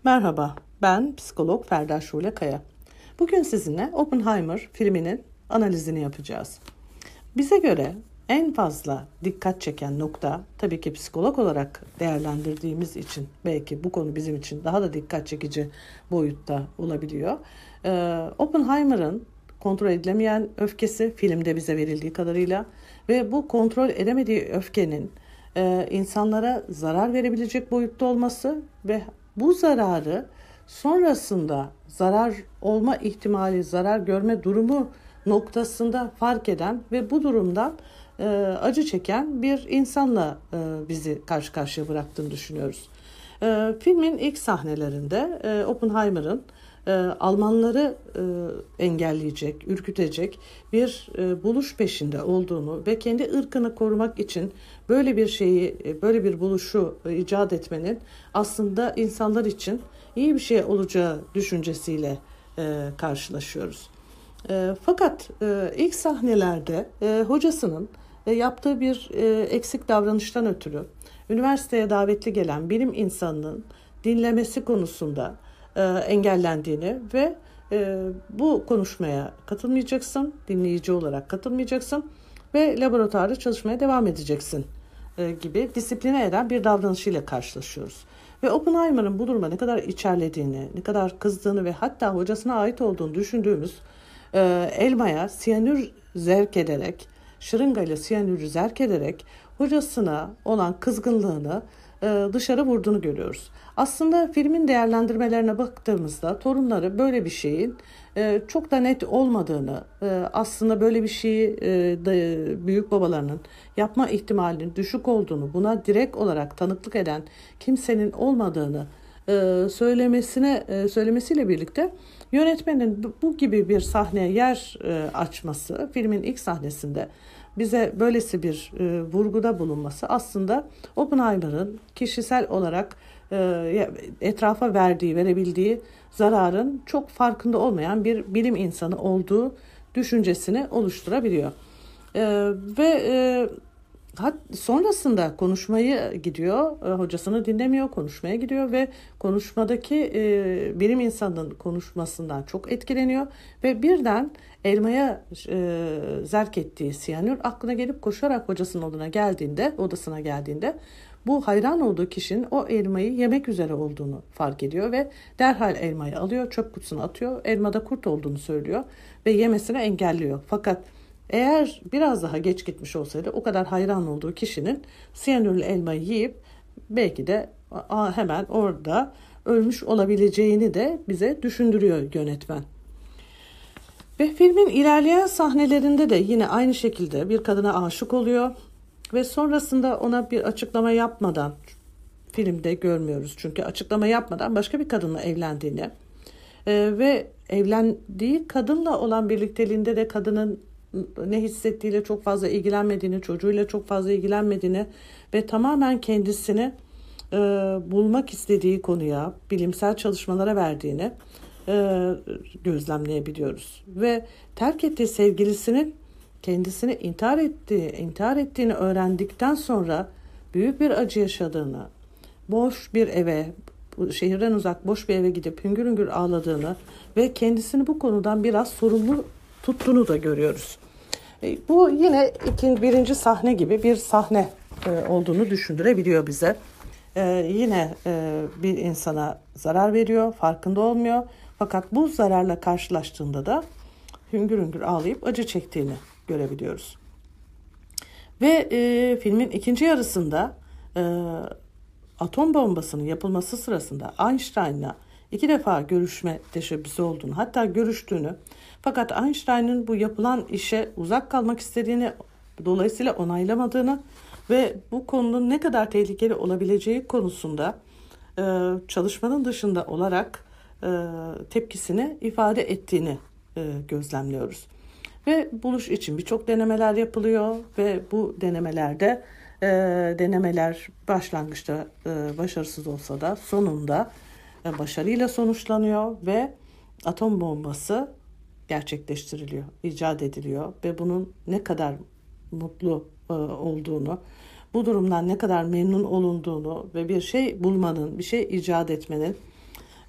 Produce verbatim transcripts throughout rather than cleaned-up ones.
Merhaba, ben psikolog Ferda Şule Kaya. Bugün sizinle Oppenheimer filminin analizini yapacağız. Bize göre en fazla dikkat çeken nokta, tabii ki psikolog olarak değerlendirdiğimiz için belki bu konu bizim için daha da dikkat çekici boyutta olabiliyor. Ee, Oppenheimer'ın kontrol edilemeyen öfkesi filmde bize verildiği kadarıyla ve bu kontrol edemediği öfkenin e, insanlara zarar verebilecek boyutta olması ve bu zararı sonrasında zarar olma ihtimali, zarar görme durumu noktasında fark eden ve bu durumdan e, acı çeken bir insanla e, bizi karşı karşıya bıraktığını düşünüyoruz. E, filmin ilk sahnelerinde e, Oppenheimer'ın e, Almanları e, engelleyecek, ürkütecek bir e, buluş peşinde olduğunu ve kendi ırkını korumak için böyle bir şeyi, e, böyle bir buluşu e, icat etmenin aslında insanlar için iyi bir şey olacağı düşüncesiyle e, karşılaşıyoruz. E, fakat e, ilk sahnelerde e, hocasının e, yaptığı bir e, eksik davranıştan ötürü üniversiteye davetli gelen bilim insanının dinlemesi konusunda e, engellendiğini ve e, bu konuşmaya katılmayacaksın, dinleyici olarak katılmayacaksın ve laboratuvarda çalışmaya devam edeceksin e, gibi disipline eden bir davranışıyla karşılaşıyoruz. Ve Oppenheimer'ın bu duruma ne kadar içerlediğini, ne kadar kızdığını ve hatta hocasına ait olduğunu düşündüğümüz e, elmaya siyanür zerk ederek, şırıngayla siyanürü zerk ederek hocasına olan kızgınlığını e, dışarı vurduğunu görüyoruz. Aslında filmin değerlendirmelerine baktığımızda torunları böyle bir şeyin e, çok da net olmadığını, e, aslında böyle bir şeyi e, de, büyük babalarının yapma ihtimalinin düşük olduğunu, buna direkt olarak tanıklık eden kimsenin olmadığını e, söylemesine e, söylemesiyle birlikte yönetmenin bu gibi bir sahneye yer e, açması, filmin ilk sahnesinde bize böylesi bir e, vurguda bulunması aslında Oppenheimer'ın kişisel olarak e, etrafa verdiği, verebildiği zararın çok farkında olmayan bir bilim insanı olduğu düşüncesini oluşturabiliyor. E, ve e, hat, sonrasında konuşmayı gidiyor, e, hocasını dinlemiyor, konuşmaya gidiyor ve konuşmadaki e, bilim insanının konuşmasından çok etkileniyor ve birden elmaya e, zerk ettiği siyanür aklına gelip koşarak hocasının odasına geldiğinde, odasına geldiğinde bu hayran olduğu kişinin o elmayı yemek üzere olduğunu fark ediyor ve derhal elmayı alıyor, çöp kutusuna atıyor. Elmada kurt olduğunu söylüyor ve yemesini engelliyor. Fakat eğer biraz daha geç gitmiş olsaydı o kadar hayran olduğu kişinin siyanürlü elmayı yiyip belki de hemen orada ölmüş olabileceğini de bize düşündürüyor yönetmen. Ve filmin ilerleyen sahnelerinde de yine aynı şekilde bir kadına aşık oluyor ve sonrasında ona bir açıklama yapmadan, filmde görmüyoruz çünkü açıklama yapmadan başka bir kadınla evlendiğini e, ve evlendiği kadınla olan birlikteliğinde de kadının ne hissettiğiyle çok fazla ilgilenmediğini, çocuğuyla çok fazla ilgilenmediğini ve tamamen kendisini e, bulmak istediği konuya, bilimsel çalışmalara verdiğini e, gözlemleyebiliyoruz. Ve terk ettiği sevgilisinin kendisini intihar ettiği, intihar ettiğini öğrendikten sonra büyük bir acı yaşadığını, boş bir eve, şehirden uzak boş bir eve gidip hüngür hüngür ağladığını ve kendisini bu konudan biraz sorumlu tuttuğunu da görüyoruz. E, bu yine ikinci, birinci sahne gibi bir sahne e, olduğunu düşündürebiliyor bize. E, yine e, bir insana zarar veriyor, farkında olmuyor. Fakat bu zararla karşılaştığında da hüngür hüngür ağlayıp acı çektiğini görebiliyoruz. Ve e, filmin ikinci yarısında e, atom bombasının yapılması sırasında Einstein'la iki defa görüşme teşebbüsü olduğunu, hatta görüştüğünü, fakat Einstein'ın bu yapılan işe uzak kalmak istediğini, dolayısıyla onaylamadığını ve bu konunun ne kadar tehlikeli olabileceği konusunda e, çalışmanın dışında olarak e, tepkisini ifade ettiğini e, gözlemliyoruz. Ve buluş için birçok denemeler yapılıyor ve bu denemelerde e, denemeler başlangıçta e, başarısız olsa da sonunda e, başarıyla sonuçlanıyor ve atom bombası gerçekleştiriliyor, icat ediliyor ve bunun ne kadar mutlu e, olduğunu, bu durumdan ne kadar memnun olunduğunu ve bir şey bulmanın, bir şey icat etmenin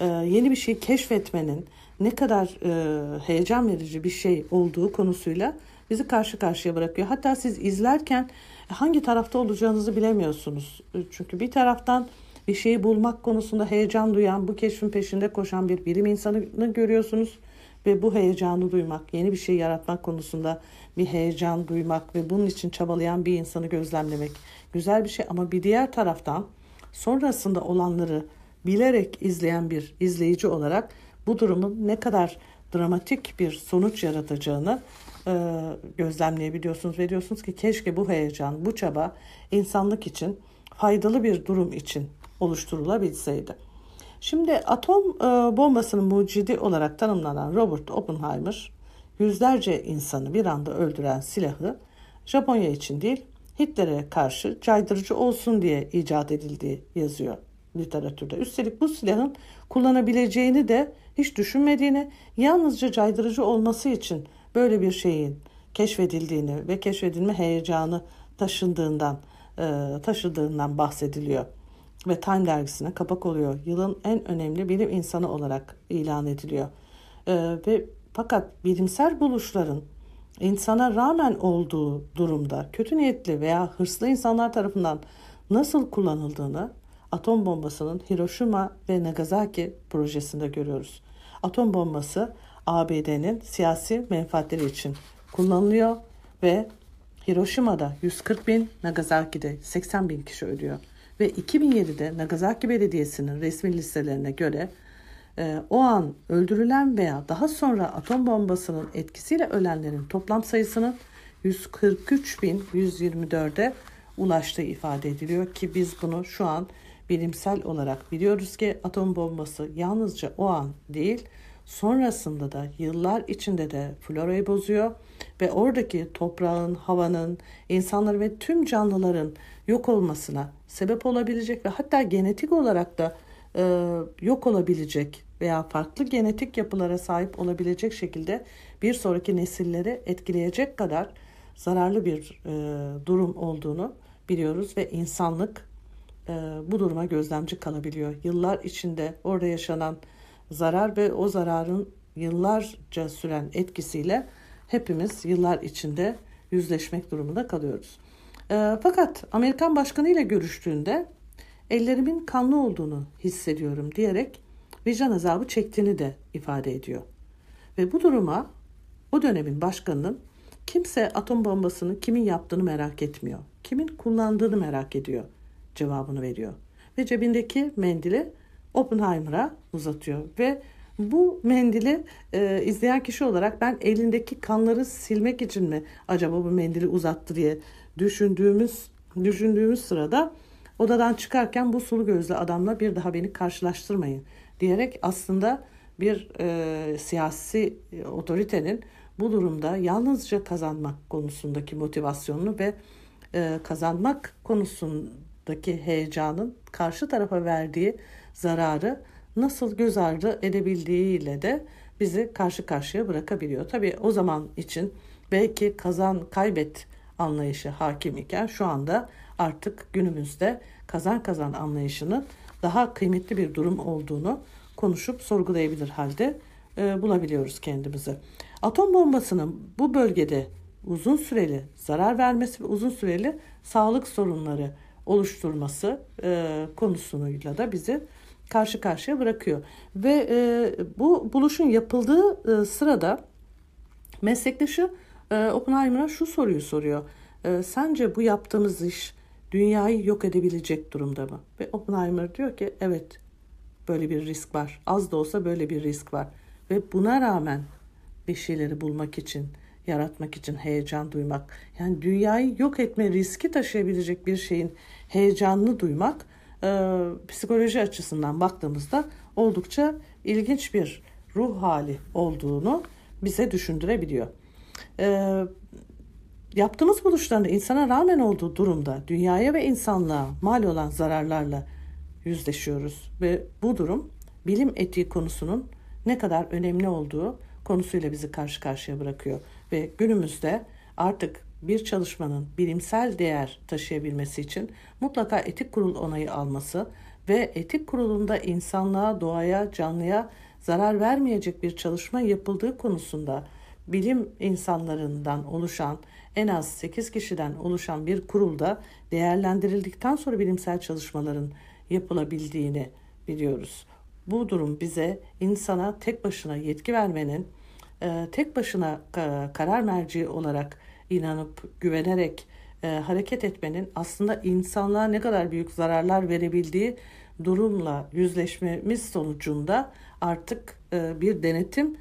e, yeni bir şey keşfetmenin ne kadar e, heyecan verici bir şey olduğu konusuyla bizi karşı karşıya bırakıyor. Hatta siz izlerken hangi tarafta olacağınızı bilemiyorsunuz. Çünkü bir taraftan bir şeyi bulmak konusunda heyecan duyan, bu keşfin peşinde koşan bir bilim insanını görüyorsunuz. Ve bu heyecanı duymak, yeni bir şey yaratmak konusunda bir heyecan duymak ve bunun için çabalayan bir insanı gözlemlemek güzel bir şey. Ama bir diğer taraftan sonrasında olanları bilerek izleyen bir izleyici olarak bu durumun ne kadar dramatik bir sonuç yaratacağını e, gözlemleyebiliyorsunuz ve diyorsunuz ki keşke bu heyecan, bu çaba insanlık için faydalı bir durum için oluşturulabilseydi. Şimdi atom e, bombasının mucidi olarak tanımlanan Robert Oppenheimer, yüzlerce insanı bir anda öldüren silahı Japonya için değil, Hitler'e karşı caydırıcı olsun diye icat edildiği yazıyor literatürde. Üstelik bu silahın kullanabileceğini de hiç düşünmediğini, yalnızca caydırıcı olması için böyle bir şeyin keşfedildiğini ve keşfedilme heyecanı taşındığından e, taşıdığından bahsediliyor. Ve Time dergisine kapak oluyor. Yılın en önemli bilim insanı olarak ilan ediliyor. Ee, ve fakat bilimsel buluşların insana rağmen olduğu durumda kötü niyetli veya hırslı insanlar tarafından nasıl kullanıldığını atom bombasının Hiroşima ve Nagasaki projesinde görüyoruz. Atom bombası A B D'nin siyasi menfaatleri için kullanılıyor ve Hiroşima'da yüz kırk bin, Nagasaki'de seksen bin kişi ölüyor. Ve iki bin yedide Nagasaki Belediyesi'nin resmi listelerine göre e, o an öldürülen veya daha sonra atom bombasının etkisiyle ölenlerin toplam sayısının yüz kırk üç bin yüz yirmi dörde ulaştığı ifade ediliyor ki biz bunu şu an bilimsel olarak biliyoruz ki atom bombası yalnızca o an değil, sonrasında da yıllar içinde de florayı bozuyor ve oradaki toprağın, havanın, insanların ve tüm canlıların yok olmasına sebep olabilecek ve hatta genetik olarak da e, yok olabilecek veya farklı genetik yapılara sahip olabilecek şekilde bir sonraki nesilleri etkileyecek kadar zararlı bir e, durum olduğunu biliyoruz ve insanlık e, bu duruma gözlemci kalabiliyor. Yıllar içinde orada yaşanan zarar ve o zararın yıllarca süren etkisiyle hepimiz yıllar içinde yüzleşmek durumunda kalıyoruz. E, fakat Amerikan Başkanı ile görüştüğünde ellerimin kanlı olduğunu hissediyorum diyerek vicdan azabı çektiğini de ifade ediyor. Ve bu duruma o dönemin başkanının kimse atom bombasını kimin yaptığını merak etmiyor, kimin kullandığını merak ediyor cevabını veriyor. Ve cebindeki mendili Oppenheimer'a uzatıyor ve bu mendili e, izleyen kişi olarak ben elindeki kanları silmek için mi acaba bu mendili uzattı diye düşündüğümüz düşündüğümüz sırada odadan çıkarken bu sulu gözlü adamla bir daha beni karşılaştırmayın diyerek aslında bir e, siyasi e, otoritenin bu durumda yalnızca kazanmak konusundaki motivasyonunu ve e, kazanmak konusundaki heyecanın karşı tarafa verdiği zararı nasıl göz ardı edebildiğiyle de bizi karşı karşıya bırakabiliyor. Tabii o zaman için belki kazan kaybet anlayışı hakim iken şu anda artık günümüzde kazan kazan anlayışının daha kıymetli bir durum olduğunu konuşup sorgulayabilir halde e, bulabiliyoruz kendimizi. Atom bombasının bu bölgede uzun süreli zarar vermesi ve uzun süreli sağlık sorunları oluşturması e, konusuyla da bizi karşı karşıya bırakıyor. Ve e, bu buluşun yapıldığı e, sırada meslektaşı e, Oppenheimer'a şu soruyu soruyor. E, sence bu yaptığımız iş dünyayı yok edebilecek durumda mı? Ve Oppenheimer diyor ki evet, böyle bir risk var. Az da olsa böyle bir risk var. Ve buna rağmen bir şeyleri bulmak için, yaratmak için heyecan duymak, yani dünyayı yok etme riski taşıyabilecek bir şeyin heyecanını duymak e, psikoloji açısından baktığımızda oldukça ilginç bir ruh hali olduğunu bize düşündürebiliyor. E, yaptığımız buluşların insana rağmen olduğu durumda dünyaya ve insanlığa mal olan zararlarla yüzleşiyoruz ve bu durum bilim etiği konusunun ne kadar önemli olduğu konusuyla bizi karşı karşıya bırakıyor ve günümüzde artık bir çalışmanın bilimsel değer taşıyabilmesi için mutlaka etik kurul onayı alması ve etik kurulunda insanlığa, doğaya, canlıya zarar vermeyecek bir çalışma yapıldığı konusunda bilim insanlarından oluşan en az sekiz kişiden oluşan bir kurulda değerlendirildikten sonra bilimsel çalışmaların yapılabildiğini biliyoruz. Bu durum bize insana tek başına yetki vermenin, tek başına karar merci olarak inanıp güvenerek hareket etmenin aslında insanlığa ne kadar büyük zararlar verebildiği durumla yüzleşmemiz sonucunda artık bir denetim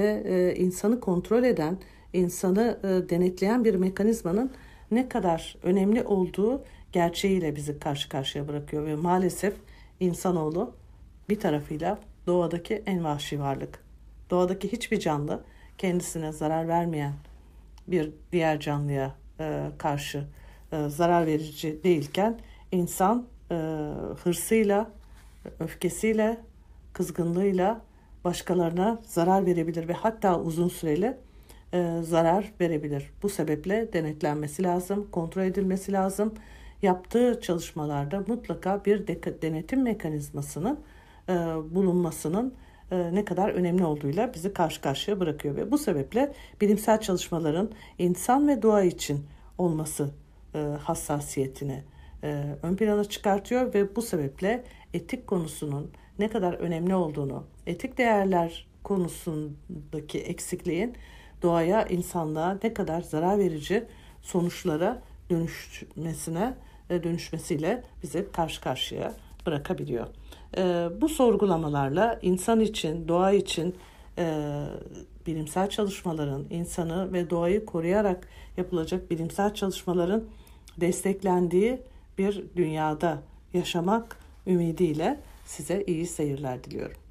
ve insanı kontrol eden, insanı denetleyen bir mekanizmanın ne kadar önemli olduğu gerçeğiyle bizi karşı karşıya bırakıyor ve maalesef insanoğlu bir tarafıyla doğadaki en vahşi varlık. Doğadaki hiçbir canlı kendisine zarar vermeyen bir diğer canlıya e, karşı e, zarar verici değilken insan e, hırsıyla, öfkesiyle, kızgınlığıyla başkalarına zarar verebilir ve hatta uzun süreli e, zarar verebilir. Bu sebeple denetlenmesi lazım, kontrol edilmesi lazım. Yaptığı çalışmalarda mutlaka bir de- denetim mekanizmasının e, bulunmasının e, ne kadar önemli olduğuyla bizi karşı karşıya bırakıyor ve bu sebeple bilimsel çalışmaların insan ve doğa için olması e, hassasiyetini e, ön plana çıkartıyor ve bu sebeple etik konusunun ne kadar önemli olduğunu, etik değerler konusundaki eksikliğin doğaya, insanlığa ne kadar zarar verici sonuçlara dönüşmesine dönüşmesiyle bizi karşı karşıya bırakabiliyor. E, bu sorgulamalarla insan için, doğa için e, bilimsel çalışmaların, insanı ve doğayı koruyarak yapılacak bilimsel çalışmaların desteklendiği bir dünyada yaşamak ümidiyle size iyi seyirler diliyorum.